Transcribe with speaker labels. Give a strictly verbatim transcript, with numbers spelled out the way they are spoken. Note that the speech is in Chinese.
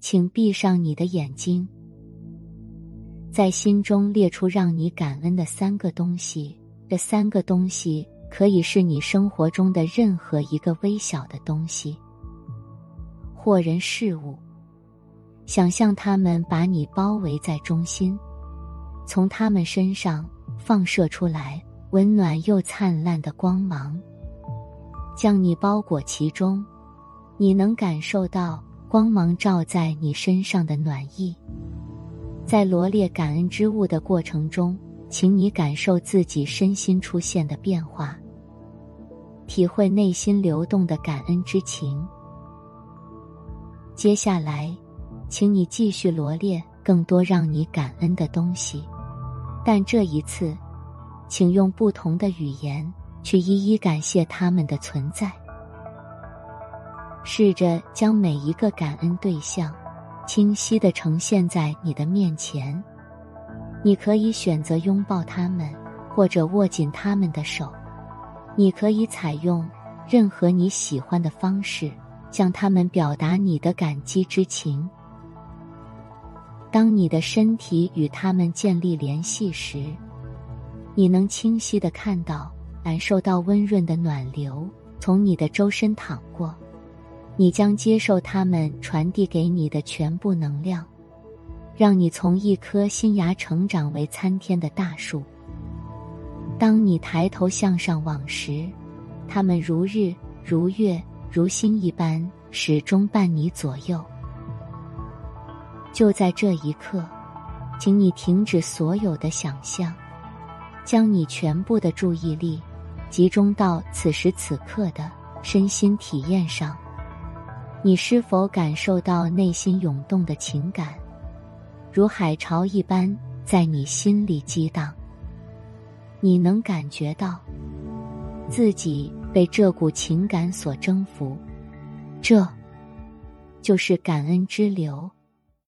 Speaker 1: 请闭上你的眼睛，在心中列出让你感恩的三个东西。这三个东西可以是你生活中的任何一个微小的东西或人事物，想象它们把你包围在中心，从它们身上放射出来温暖又灿烂的光芒，将你包裹其中。你能感受到光芒照在你身上的暖意。在罗列感恩之物的过程中，请你感受自己身心出现的变化，体会内心流动的感恩之情。接下来，请你继续罗列更多让你感恩的东西，但这一次，请用不同的语言去一一感谢它们的存在。试着将每一个感恩对象清晰地呈现在你的面前。你可以选择拥抱他们，或者握紧他们的手。你可以采用任何你喜欢的方式，向他们表达你的感激之情。当你的身体与他们建立联系时，你能清晰地看到、感受到温润的暖流从你的周身淌过。你将接受他们传递给你的全部能量，让你从一棵新芽成长为参天的大树。当你抬头向上望时，它们如日、如月、如星一般，始终伴你左右。就在这一刻，请你停止所有的想象，将你全部的注意力集中到此时此刻的身心体验上。你是否感受到内心涌动的情感，如海潮一般在你心里激荡？你能感觉到自己被这股情感所征服，这就是感恩之流。